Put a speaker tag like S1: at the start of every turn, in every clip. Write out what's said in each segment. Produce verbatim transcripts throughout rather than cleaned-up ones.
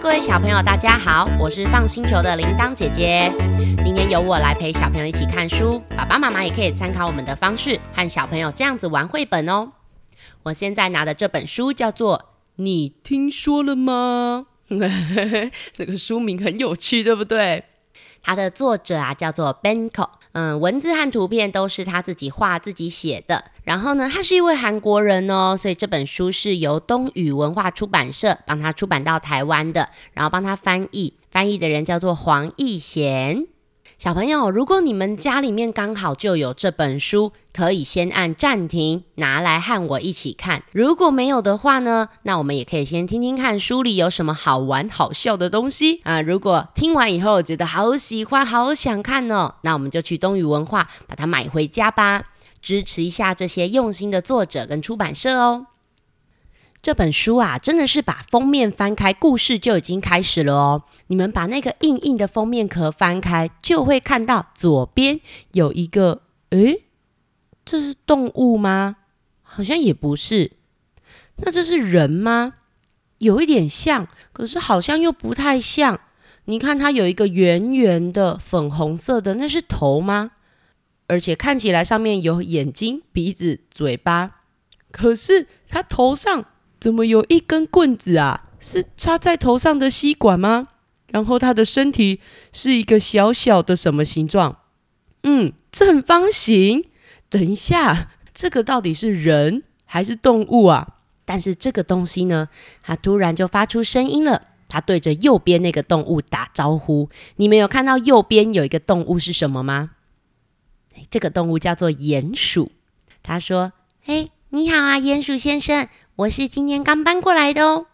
S1: 各位小朋友大家好，我是放星球的铃铛姐姐。今天由我来陪小朋友一起看书，爸爸妈妈也可以参考我们的方式和小朋友这样子玩绘本哦。我现在拿的这本书叫做你听说了吗？这个书名很有趣，对不对？它的作者啊叫做 Benko， 嗯，文字和图片都是他自己画自己写的。然后呢，他是一位韩国人哦，所以这本书是由东宇文化出版社帮他出版到台湾的，然后帮他翻译，翻译的人叫做黄义贤。小朋友，如果你们家里面刚好就有这本书，可以先按暂停，拿来和我一起看。如果没有的话呢，那我们也可以先听听看书里有什么好玩好笑的东西啊。如果听完以后觉得好喜欢好想看哦，那我们就去东宇文化把它买回家吧，支持一下这些用心的作者跟出版社哦。这本书啊，真的是把封面翻开，故事就已经开始了哦。你们把那个硬硬的封面壳翻开，就会看到左边有一个，诶，这是动物吗？好像也不是。那这是人吗？有一点像，可是好像又不太像。你看它有一个圆圆的粉红色的，那是头吗？而且看起来上面有眼睛、鼻子、嘴巴，可是它头上怎么有一根棍子啊？是插在头上的吸管吗？然后它的身体是一个小小的什么形状？嗯，正方形。等一下，这个到底是人还是动物啊？但是这个东西呢，它突然就发出声音了，它对着右边那个动物打招呼。你们有看到右边有一个动物是什么吗？这个动物叫做鼹鼠。他说：嘿，你好啊，鼹鼠先生，我是今天刚搬过来的哦。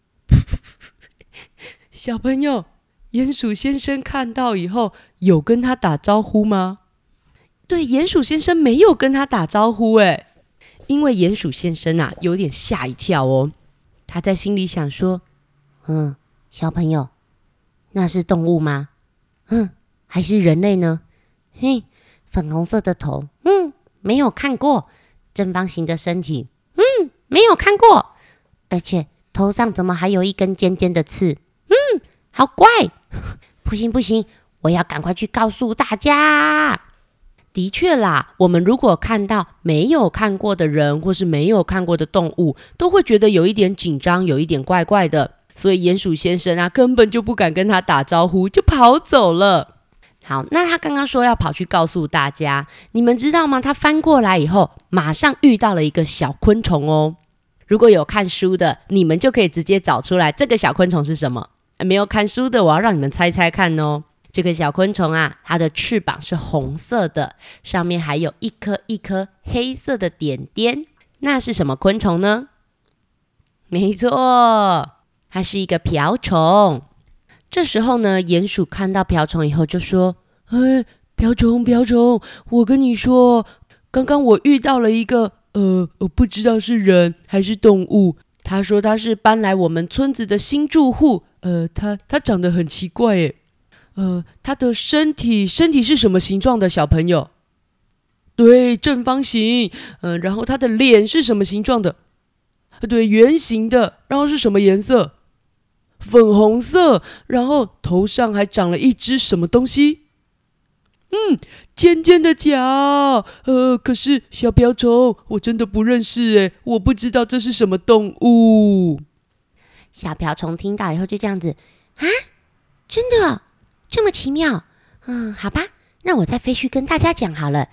S1: 小朋友，鼹鼠先生看到以后有跟他打招呼吗？对，鼹鼠先生没有跟他打招呼耶，因为鼹鼠先生啊有点吓一跳哦。他在心里想说，嗯，小朋友，那是动物吗？嗯，还是人类呢？嘿，粉红色的头，嗯，没有看过。正方形的身体，嗯，没有看过。而且头上怎么还有一根尖尖的刺？嗯，好怪。不行不行，我要赶快去告诉大家。的确啦，我们如果看到没有看过的人或是没有看过的动物，都会觉得有一点紧张，有一点怪怪的。所以鼹鼠先生啊，根本就不敢跟他打招呼，就跑走了。好，那他刚刚说要跑去告诉大家，你们知道吗？他翻过来以后，马上遇到了一个小昆虫哦。如果有看书的，你们就可以直接找出来这个小昆虫是什么。没有看书的，我要让你们猜猜看哦。这个小昆虫啊，它的翅膀是红色的，上面还有一颗一颗黑色的点点。那是什么昆虫呢？没错，它是一个瓢虫。这时候呢，鼹鼠看到瓢虫以后就说：哎，瓢虫瓢虫，我跟你说，刚刚我遇到了一个呃，我不知道是人还是动物。他说他是搬来我们村子的新住户，呃，他他长得很奇怪耶。呃，他的身体身体是什么形状的，小朋友？对，正方形。呃，然后他的脸是什么形状的？对，圆形的。然后是什么颜色？粉红色。然后头上还长了一只什么东西？嗯，尖尖的角。呃，可是小瓢虫，我真的不认识耶，我不知道这是什么动物。小瓢虫听到以后就这样子，啊，真的这么奇妙？嗯，好吧，那我再飞去跟大家讲好了。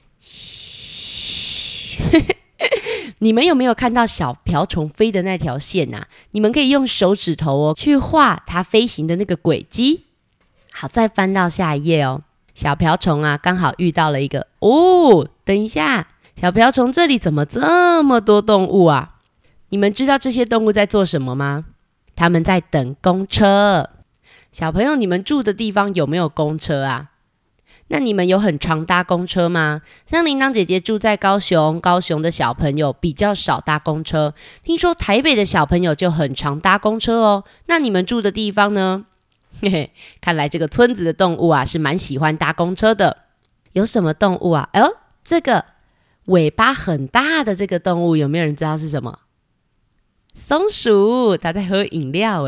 S1: 你们有没有看到小瓢虫飞的那条线啊？你们可以用手指头哦去画它飞行的那个轨迹。好，再翻到下一页哦。小瓢虫啊，刚好遇到了一个哦，等一下，小瓢虫这里怎么这么多动物啊？你们知道这些动物在做什么吗？他们在等公车。小朋友，你们住的地方有没有公车啊？那你们有很常搭公车吗？像铃铛姐姐住在高雄，高雄的小朋友比较少搭公车。听说台北的小朋友就很常搭公车哦。那你们住的地方呢？嘿嘿，看来这个村子的动物啊是蛮喜欢搭公车的。有什么动物啊？哎呦，这个尾巴很大的这个动物，有没有人知道是什么？松鼠，它在喝饮料诶。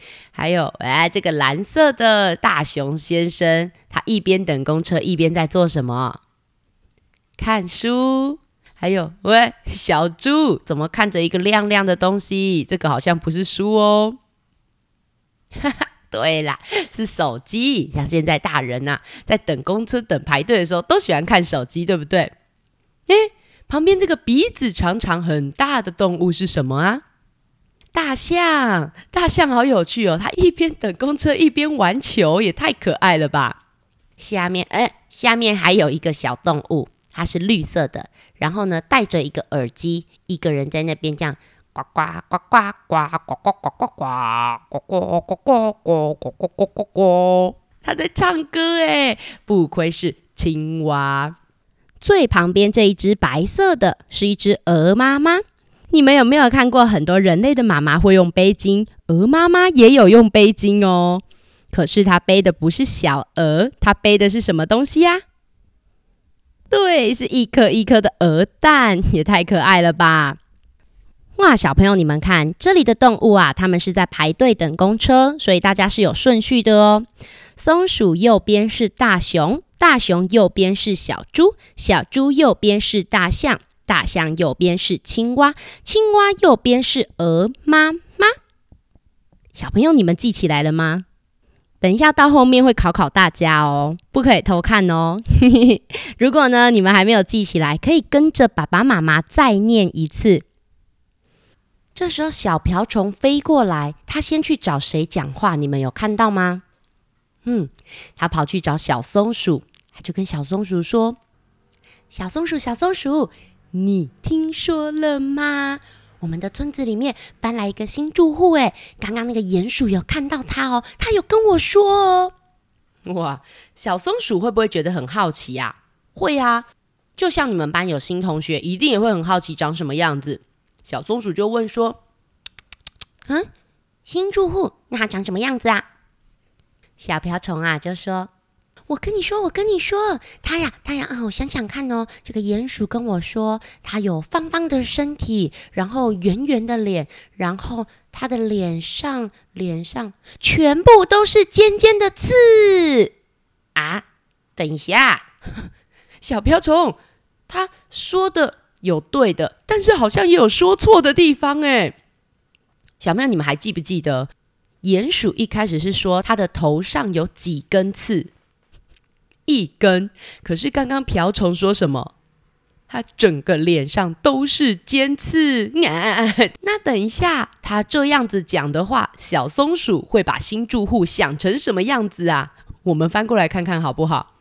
S1: 还有哎，这个蓝色的大熊先生，他一边等公车一边在做什么？看书。还有喂，小猪怎么看着一个亮亮的东西？这个好像不是书哦。哈哈，对啦，是手机。像现在大人啊，在等公车等排队的时候都喜欢看手机，对不对？诶，旁边这个鼻子长长很大的动物是什么啊？大象。大象好有趣哦，它一边等公车一边玩球，也太可爱了吧。下面诶，下面还有一个小动物，它是绿色的，然后呢戴着一个耳机，一个人在那边这样呱呱呱呱呱呱呱呱呱呱呱呱呱呱呱呱呱呱呱，他在唱歌耶，不愧是青蛙。最旁边这一只白色的是一只鹅妈妈。你们有没有看过很多人类的妈妈会用背巾，鹅妈妈也有用背巾哦。可是她背的不是小鹅，她背的是什么东西呀？对，是一颗一颗的鹅蛋，也太可爱了吧。哇，小朋友你们看，这里的动物啊，它们是在排队等公车，所以大家是有顺序的哦。松鼠右边是大熊，大熊右边是小猪，小猪右边是大象，大象右边是青蛙，青蛙右边是鹅妈妈。小朋友你们记起来了吗？等一下到后面会考考大家哦，不可以偷看哦。如果呢你们还没有记起来，可以跟着爸爸妈妈再念一次。这时候小瓢虫飞过来，他先去找谁讲话？你们有看到吗？嗯，他跑去找小松鼠，他就跟小松鼠说：小松鼠，小松鼠，你听说了吗？我们的村子里面搬来一个新住户耶，刚刚那个鼹鼠有看到他哦，他有跟我说哦。哇，小松鼠会不会觉得很好奇啊？会啊，就像你们班有新同学，一定也会很好奇长什么样子。小松鼠就问说：嗯，新住户，那他长什么样子啊？小瓢虫啊就说：我跟你说，我跟你说，他呀，他呀，啊，我想想看哦，这个鼹鼠跟我说，他有方方的身体，然后圆圆的脸，然后他的脸上，脸上全部都是尖尖的刺啊！等一下，小瓢虫，他说的有对的，但是好像也有说错的地方哎。小朋友，你们还记不记得，鼹鼠一开始是说他的头上有几根刺？一根。可是刚刚瓢虫说什么？他整个脸上都是尖刺、啊、那等一下他这样子讲的话，小松鼠会把新住户想成什么样子啊？我们翻过来看看好不好？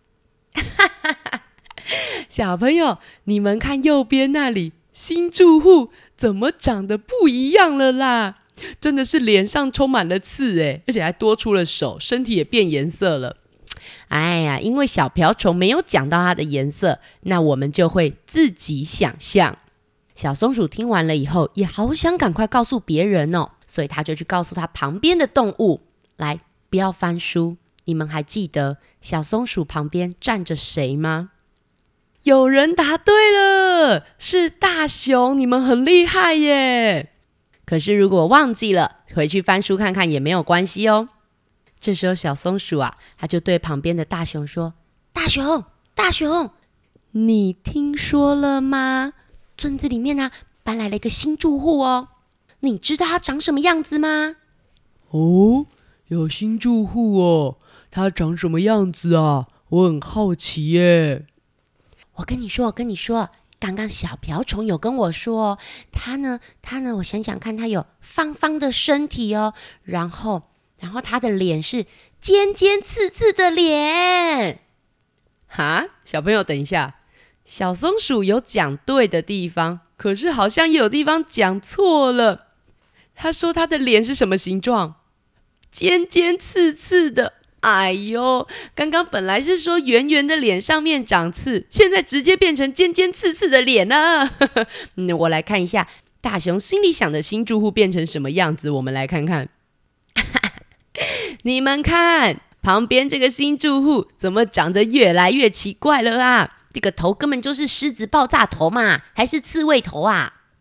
S1: 小朋友，你们看右边那里，新住户怎么长得不一样了啦？真的是脸上充满了刺耶，而且还多出了手，身体也变颜色了。哎呀，因为小瓢虫没有讲到它的颜色，那我们就会自己想象。小松鼠听完了以后，也好想赶快告诉别人哦，所以他就去告诉他旁边的动物。来，不要翻书，你们还记得小松鼠旁边站着谁吗？有人答对了，是大熊，你们很厉害耶。可是如果忘记了，回去翻书看看也没有关系哦。这时候小松鼠啊，他就对旁边的大熊说：大熊，大熊，你听说了吗？村子里面啊，搬来了一个新住户哦，你知道他长什么样子吗？哦，有新住户哦，他长什么样子啊？我很好奇耶。我跟你说，我跟你说，刚刚小瓢虫有跟我说哦，他呢，他呢，我想想看，他有方方的身体哦，然后。然后他的脸是尖尖刺刺的脸。哈，小朋友等一下，小松鼠有讲对的地方，可是好像也有地方讲错了。他说他的脸是什么形状？尖尖刺刺的。哎呦，刚刚本来是说圆圆的脸上面长刺，现在直接变成尖尖刺刺的脸了。嗯，我来看一下大熊心里想的新住户变成什么样子，我们来看看。你们看旁边这个新住户怎么长得越来越奇怪了啊？这个头根本就是狮子爆炸头嘛，还是刺猬头啊？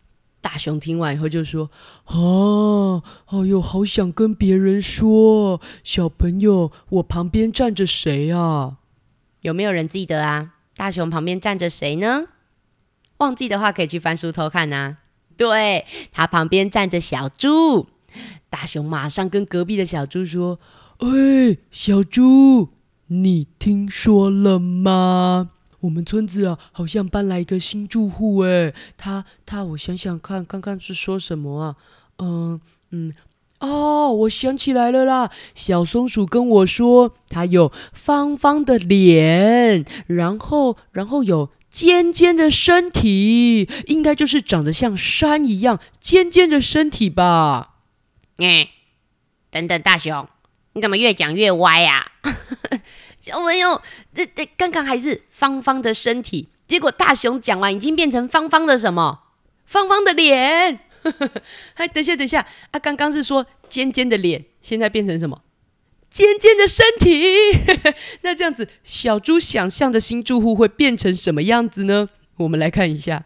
S1: 大熊听完以后就说：“啊，哎呦，好想跟别人说，小朋友，我旁边站着谁啊？有没有人记得啊？大熊旁边站着谁呢？忘记的话可以去翻书偷看啊。对，他旁边站着小猪。大熊马上跟隔壁的小猪说：‘哎，小猪，你听说了吗？’我们村子啊，好像搬来一个新住户哎，他他，我想想看，刚刚是说什么啊？嗯嗯，哦，我想起来了啦，小松鼠跟我说，他有方方的脸，然后然后有尖尖的身体，应该就是长得像山一样尖尖的身体吧？
S2: 嗯，等等，大熊，你怎么越讲越歪啊？
S1: 小朋友，这这刚刚还是方方的身体，结果大熊讲完已经变成方方的什么？方方的脸。哎，等一下，等一下啊！刚刚是说尖尖的脸，现在变成什么？尖尖的身体。那这样子，小猪想象的新住户会变成什么样子呢？我们来看一下。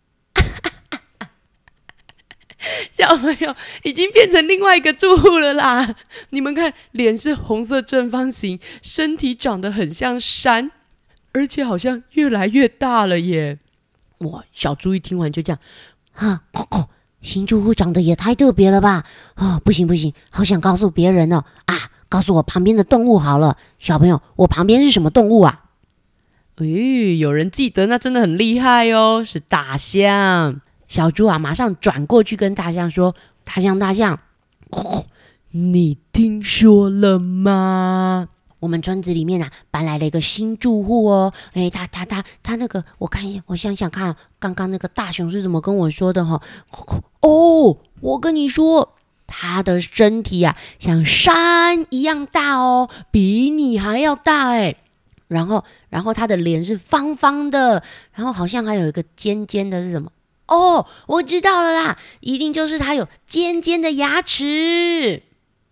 S1: 小朋友已经变成另外一个住户了啦！你们看，脸是红色正方形，身体长得很像山，而且好像越来越大了耶！哇，小猪一听完就这样，
S2: 啊，哦哦，新住户长得也太特别了吧！啊，不行不行，好想告诉别人哦！啊，告诉我旁边的动物好了。小朋友，我旁边是什么动物啊？
S1: 诶，有人记得，那真的很厉害哦，是大象。小猪啊，马上转过去跟大象说：“大象，大象，哦，你听说了吗？
S2: 我们村子里面啊，搬来了一个新住户哦。诶，他他他他那个，我看一下，我想想看，刚刚那个大熊是怎么跟我说的哈？哦，我跟你说，他的身体啊，像山一样大哦，比你还要大诶。然后，然后他的脸是方方的，然后好像还有一个尖尖的，是什么？”哦，我知道了啦，一定就是它有尖尖的牙齿。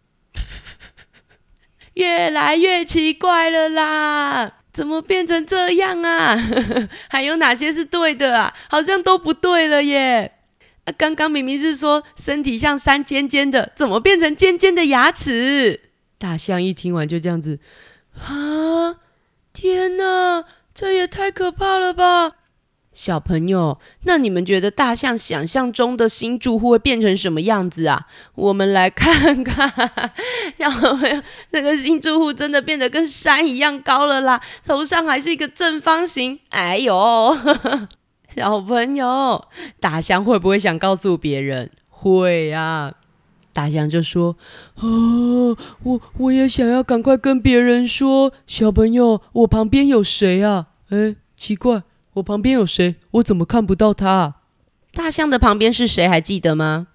S1: 越来越奇怪了啦，怎么变成这样啊？还有哪些是对的啊？好像都不对了耶。啊，刚刚明明是说身体像山尖尖的，怎么变成尖尖的牙齿？大象一听完就这样子，啊，天哪，这也太可怕了吧！小朋友，那你们觉得大象想象中的新住户会变成什么样子啊？我们来看看。小朋友，这个新住户真的变得跟山一样高了啦，头上还是一个正方形。哎呦，小朋友，大象会不会想告诉别人？会啊。大象就说：“啊，我我也想要赶快跟别人说。小朋友，我旁边有谁啊？哎，奇怪。”我旁边有谁？我怎么看不到他？大象的旁边是谁？还记得吗？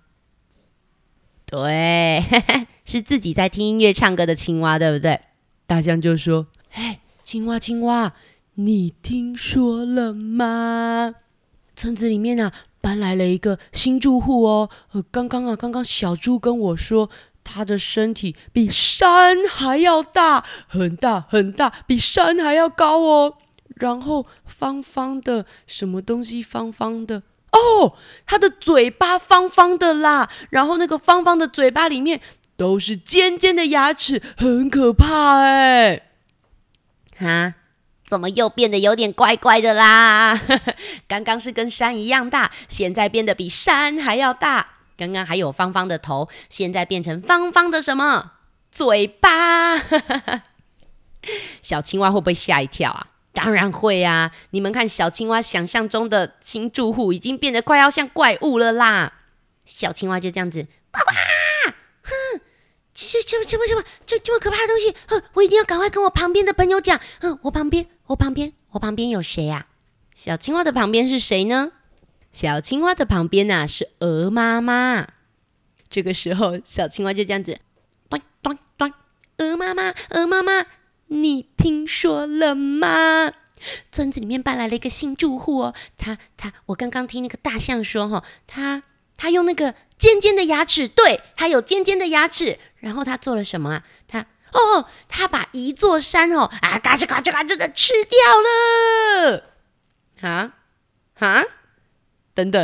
S1: 对，是自己在听音乐唱歌的青蛙，对不对？大象就说：“嘿，青蛙，青蛙，你听说了吗？村子里面啊，搬来了一个新住户哦。呃，刚刚啊，刚刚小猪跟我说，他的身体比山还要大，很大很大，比山还要高哦。”然后方方的，什么东西方方的？哦，它的嘴巴方方的啦。然后那个方方的嘴巴里面都是尖尖的牙齿，很可怕哎。
S2: 哈，怎么又变得有点怪怪的啦？
S1: 刚刚是跟山一样大，现在变得比山还要大。刚刚还有方方的头，现在变成方方的什么？嘴巴。小青蛙会不会吓一跳啊？当然会啊！你们看，小青蛙想象中的新住户已经变得快要像怪物了啦。
S2: 小青蛙就这样子，呱呱，哼，这这这么这么这这么可怕的东西，哼，我一定要赶快跟我旁边的朋友讲。哼，我旁边，我旁边，我旁边有谁啊？
S1: 小青蛙的旁边是谁呢？小青蛙的旁边啊是鹅妈妈。这个时候，小青蛙就这样子，咚咚咚，鹅妈妈，鹅妈妈。你听说了吗？
S2: 村子里面搬来了一个新住户哦。他他，我刚刚听那个大象说哈、哦，他他用那个尖尖的牙齿，对，他有尖尖的牙齿。然后他做了什么啊？他哦，他把一座山哦啊，嘎吱嘎吱嘎吱的吃掉了。
S1: 啊啊！等等，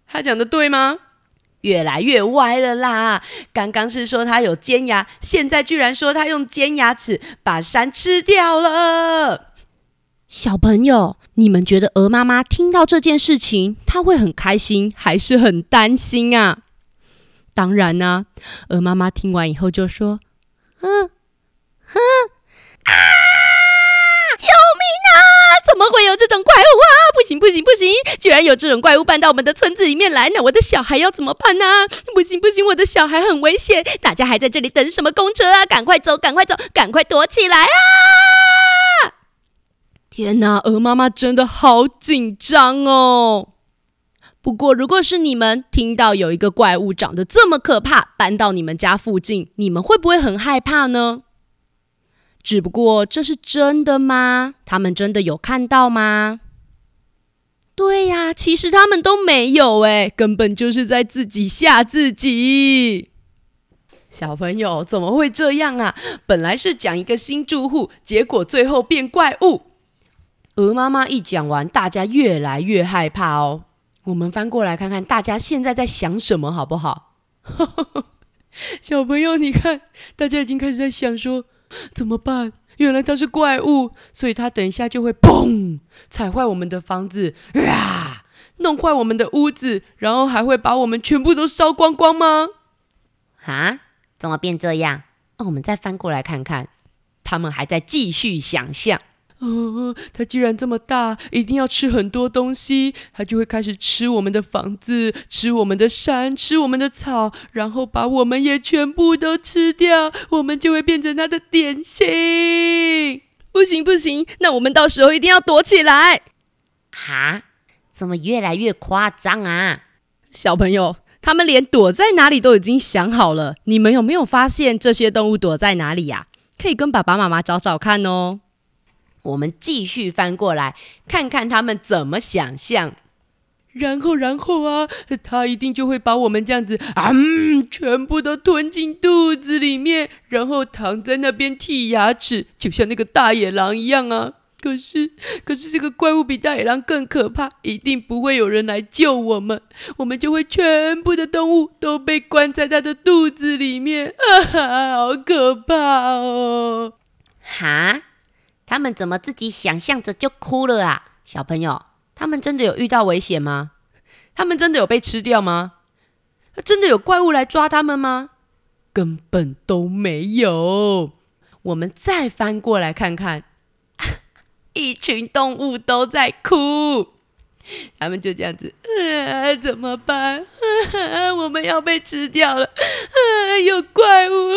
S1: 他讲的对吗？越来越歪了啦！刚刚是说他有尖牙，现在居然说他用尖牙齿把山吃掉了。
S2: 小朋友，你们觉得鹅妈妈听到这件事情，她会很开心，还是很担心啊？当然啊，鹅妈妈听完以后就说：“嗯，哼，啊！救命啊！怎么会有这种怪物啊？不行不行不行！居然有这种怪物搬到我们的村子里面来，那我的小孩要怎么办呢、啊？不行不行，我的小孩很危险！大家还在这里等什么公车啊？赶快走，赶快走，赶快躲起来啊！”天哪，鹅妈妈真的好紧张哦。不过如果是你们听到有一个怪物长得这么可怕，搬到你们家附近，你们会不会很害怕呢？只不过这是真的吗？他们真的有看到吗？对呀，其实他们都没有耶，根本就是在自己吓自己。
S1: 小朋友怎么会这样啊？本来是讲一个新住户，结果最后变怪物。鹅妈妈一讲完，大家越来越害怕哦。我们翻过来看看大家现在在想什么好不好？小朋友你看，大家已经开始在想说怎么办？原来他是怪物，所以他等一下就会砰踩坏我们的房子，啊，弄坏我们的屋子，然后还会把我们全部都烧光光吗？
S2: 啊？怎么变这样？哦，我们再翻过来看看，他们还在继续想象。
S1: 哦，他既然这么大，一定要吃很多东西，他就会开始吃我们的房子，吃我们的山，吃我们的草，然后把我们也全部都吃掉，我们就会变成他的点心。不行不行，那我们到时候一定要躲起来。
S2: 哈？怎么越来越夸张啊？
S1: 小朋友，他们连躲在哪里都已经想好了，你们有没有发现这些动物躲在哪里呀？可以跟爸爸妈妈找找看哦。
S2: 我们继续翻过来，看看他们怎么想象。
S1: 然后，然后啊，他一定就会把我们这样子啊、嗯，全部都吞进肚子里面，然后躺在那边剔牙齿，就像那个大野狼一样啊。可是，可是这个怪物比大野狼更可怕，一定不会有人来救我们，我们就会全部的动物都被关在他的肚子里面，啊哈，好可怕哦！
S2: 哈？他们怎么自己想象着就哭了啊？小朋友，
S1: 他们真的有遇到危险吗？他们真的有被吃掉吗？真的有怪物来抓他们吗？根本都没有。我们再翻过来看看，一群动物都在哭，他们就这样子，啊，怎么办？啊，我们要被吃掉了！啊，有怪物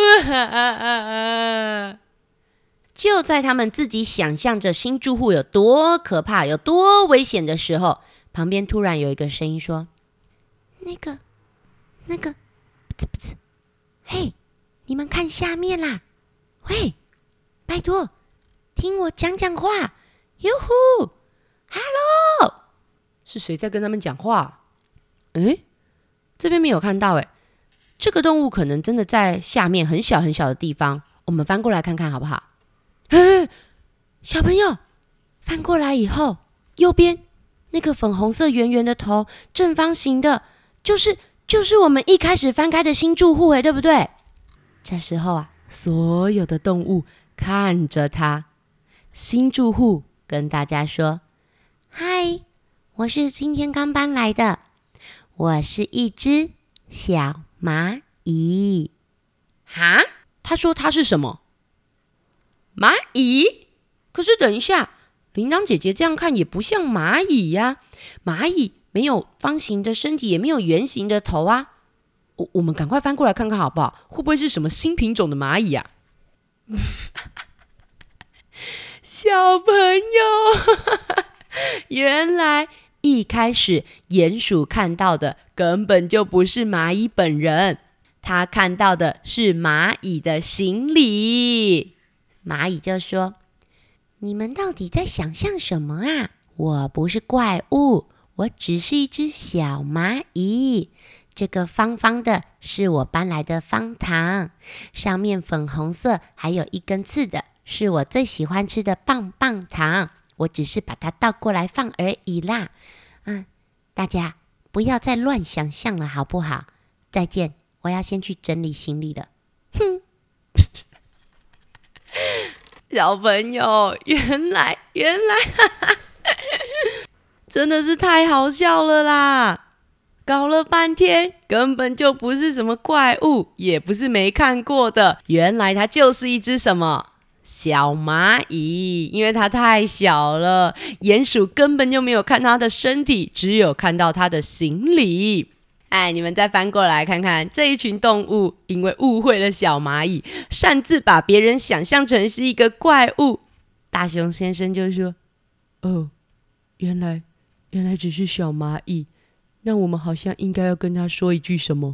S1: 啊！
S2: 就在他们自己想象着新住户有多可怕、有多危险的时候，旁边突然有一个声音说：“那个，那个，不呲不呲，嘿，你们看下面啦！喂，拜托，听我讲讲话，哟呼 ，Hello，
S1: 是谁在跟他们讲话？诶，这边没有看到诶，这个动物可能真的在下面很小很小的地方，我们翻过来看看好不好？”嘿，小朋友，翻过来以后，右边那个粉红色圆圆的头，正方形的，就是就是我们一开始翻开的新住户，哎，对不对？这时候啊，所有的动物看着他，新住户跟大家说：“
S2: 嗨，我是今天刚搬来的，我是一只小蚂蚁。”
S1: 哈？他说他是什么？蚂蚁？可是等一下，铃铛姐姐这样看也不像蚂蚁呀、啊。蚂蚁没有方形的身体，也没有圆形的头啊。我我们赶快翻过来看看好不好？会不会是什么新品种的蚂蚁啊？小朋友，原来一开始鼹鼠看到的根本就不是蚂蚁本人，他看到的是蚂蚁的行李。
S2: 蚂蚁就说：“你们到底在想象什么啊？我不是怪物，我只是一只小蚂蚁。这个方方的是我搬来的方糖，上面粉红色还有一根刺的，是我最喜欢吃的棒棒糖。我只是把它倒过来放而已啦。嗯，大家不不要再乱想象了，好不好？再见，我要先去整理行李了。哼。
S1: 小朋友，原来原来真的是太好笑了啦！搞了半天根本就不是什么怪物，也不是没看过的，原来它就是一只什么小蚂蚁。因为它太小了，鼹鼠根本就没有看到它的身体，只有看到它的行李。哎，你们再翻过来看看，这一群动物因为误会了小蚂蚁，擅自把别人想象成是一个怪物。大熊先生就说：哦，原来原来只是小蚂蚁，那我们好像应该要跟他说一句什么？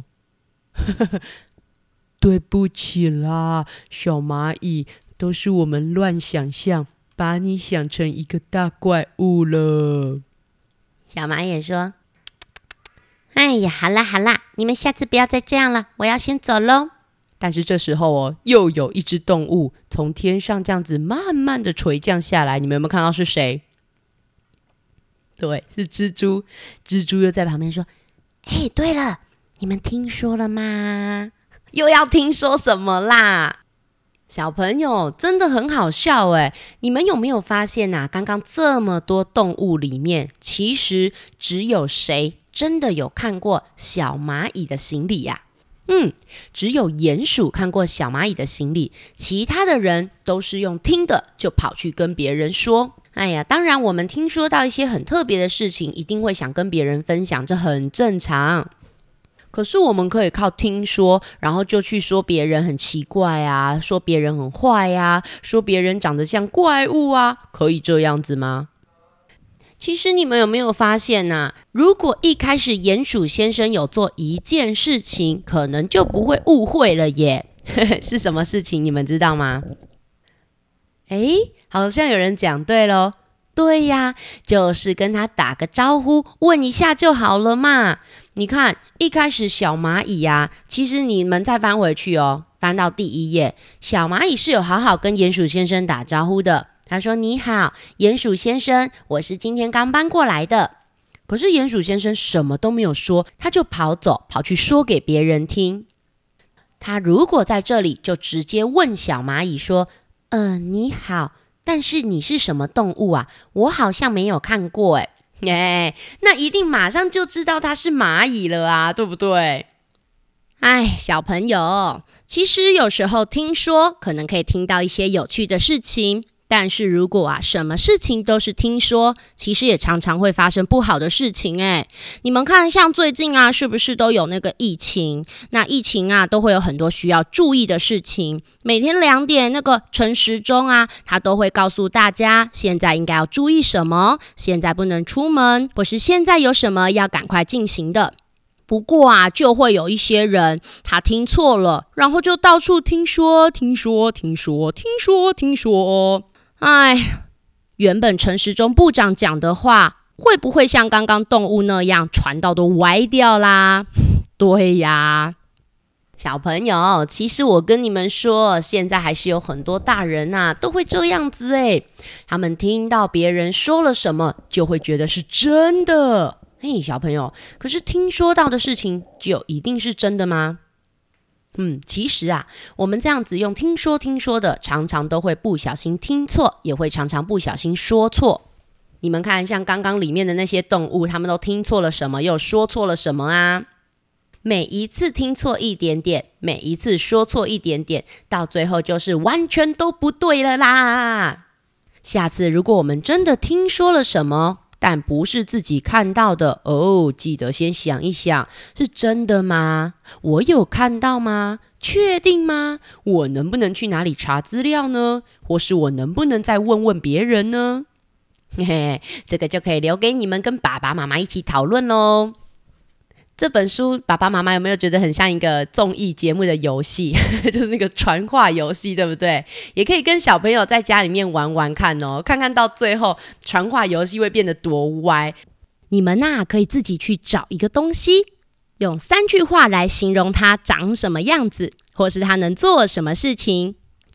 S1: 对不起啦，小蚂蚁，都是我们乱想象，把你想成一个大怪物了。
S2: 小蚂蚁说：哎呀，好啦好啦，你们下次不要再这样了，我要先走咯。
S1: 但是这时候哦，又有一只动物从天上这样子慢慢的垂降下来，你们有没有看到是谁？对，是蜘蛛。蜘蛛又在旁边说：
S2: 哎，对了，你们听说了吗？
S1: 又要听说什么啦？小朋友真的很好笑耶，你们有没有发现啊，刚刚这么多动物里面，其实只有谁真的有看过小蚂蚁的行李呀、啊？嗯，只有鼹鼠看过小蚂蚁的行李，其他的人都是用听的就跑去跟别人说。哎呀，当然我们听说到一些很特别的事情，一定会想跟别人分享，这很正常。可是我们可以靠听说，然后就去说别人很奇怪啊，说别人很坏啊，说别人长得像怪物啊，可以这样子吗？其实你们有没有发现啊，如果一开始鼹鼠先生有做一件事情，可能就不会误会了耶。是什么事情你们知道吗？诶，好像有人讲对咯。对呀，就是跟他打个招呼，问一下就好了嘛。你看，一开始小蚂蚁啊，其实你们再翻回去哦，翻到第一页，小蚂蚁是有好好跟鼹鼠先生打招呼的。他说：你好，鼹鼠先生，我是今天刚搬过来的。可是鼹鼠先生什么都没有说，他就跑走，跑去说给别人听。他如果在这里，就直接问小蚂蚁说：呃，你好，但是你是什么动物啊？我好像没有看过诶。哎，那一定马上就知道它是蚂蚁了啊，对不对？哎，小朋友，其实有时候听说可能可以听到一些有趣的事情，但是如果啊什么事情都是听说，其实也常常会发生不好的事情哎。你们看，像最近啊，是不是都有那个疫情？那疫情啊，都会有很多需要注意的事情。每天两点，那个陈时中啊，他都会告诉大家，现在应该要注意什么，现在不能出门，或是现在有什么要赶快进行的。不过啊，就会有一些人他听错了，然后就到处听说听说听说听说听说。哎，原本陈时中部长讲的话，会不会像刚刚动物那样传到都歪掉啦？对呀，小朋友，其实我跟你们说，现在还是有很多大人啊，都会这样子诶。他们听到别人说了什么，就会觉得是真的。嘿，小朋友，可是听说到的事情就一定是真的吗？嗯，其实啊，我们这样子用听说听说的，常常都会不小心听错，也会常常不小心说错。你们看，像刚刚里面的那些动物，他们都听错了什么，又说错了什么啊？每一次听错一点点，每一次说错一点点，到最后就是完全都不对了啦。下次如果我们真的听说了什么，但不是自己看到的哦，记得先想一想，是真的吗？我有看到吗？确定吗？我能不能去哪里查资料呢？或是我能不能再问问别人呢？嘿嘿，这个就可以留给你们跟爸爸妈妈一起讨论咯。这本书爸爸妈妈有没有觉得很像一个综艺节目的游戏？就是那个传话游戏，对不对？也可以跟小朋友在家里面玩玩看哦，看看到最后传话游戏会变得多歪。你们啊，可以自己去找一个东西，用三句话来形容它长什么样子，或是它能做什么事情。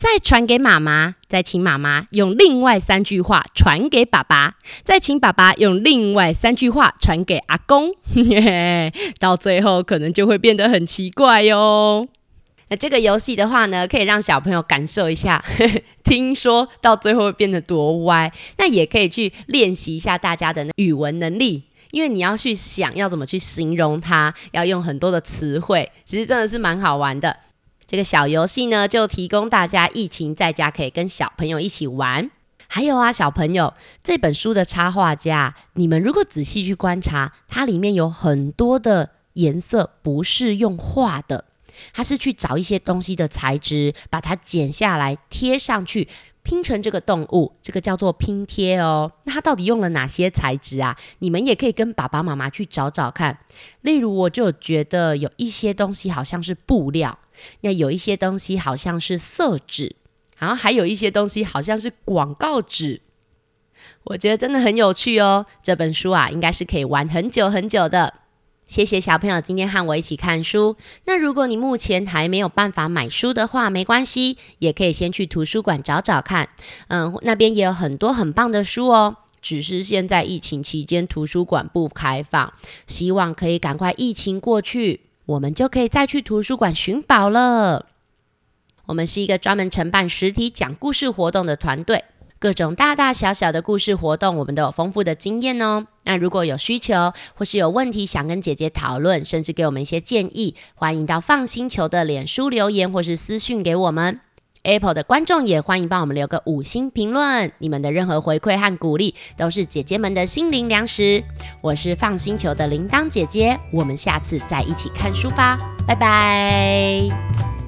S1: 再传给妈妈，再请妈妈用另外三句话传给爸爸，再请爸爸用另外三句话传给阿公到最后可能就会变得很奇怪哟。那这个游戏的话呢，可以让小朋友感受一下听说到最后会变得多歪，那也可以去练习一下大家的语文能力，因为你要去想要怎么去形容它，要用很多的词汇，其实真的是蛮好玩的。这个小游戏呢，就提供大家疫情在家可以跟小朋友一起玩。还有啊，小朋友，这本书的插画家，你们如果仔细去观察，它里面有很多的颜色不是用画的，它是去找一些东西的材质，把它剪下来贴上去，拼成这个动物，这个叫做拼贴哦。那它到底用了哪些材质啊？你们也可以跟爸爸妈妈去找找看。例如我就觉得有一些东西好像是布料，那有一些东西好像是色纸，然后还有一些东西好像是广告纸。我觉得真的很有趣哦，这本书啊应该是可以玩很久很久的。谢谢小朋友今天和我一起看书。那如果你目前还没有办法买书的话，没关系，也可以先去图书馆找找看。嗯，那边也有很多很棒的书哦。只是现在疫情期间图书馆不开放，希望可以赶快疫情过去，我们就可以再去图书馆寻宝了。我们是一个专门承办实体讲故事活动的团队，各种大大小小的故事活动我们都有丰富的经验哦。那如果有需求或是有问题想跟姐姐讨论，甚至给我们一些建议，欢迎到放星球的脸书留言或是私讯给我们。Apple 的观众也欢迎帮我们留个五星评论，你们的任何回馈和鼓励都是姐姐们的心灵粮食。我是放星球的铃铛姐姐，我们下次再一起看书吧，拜拜。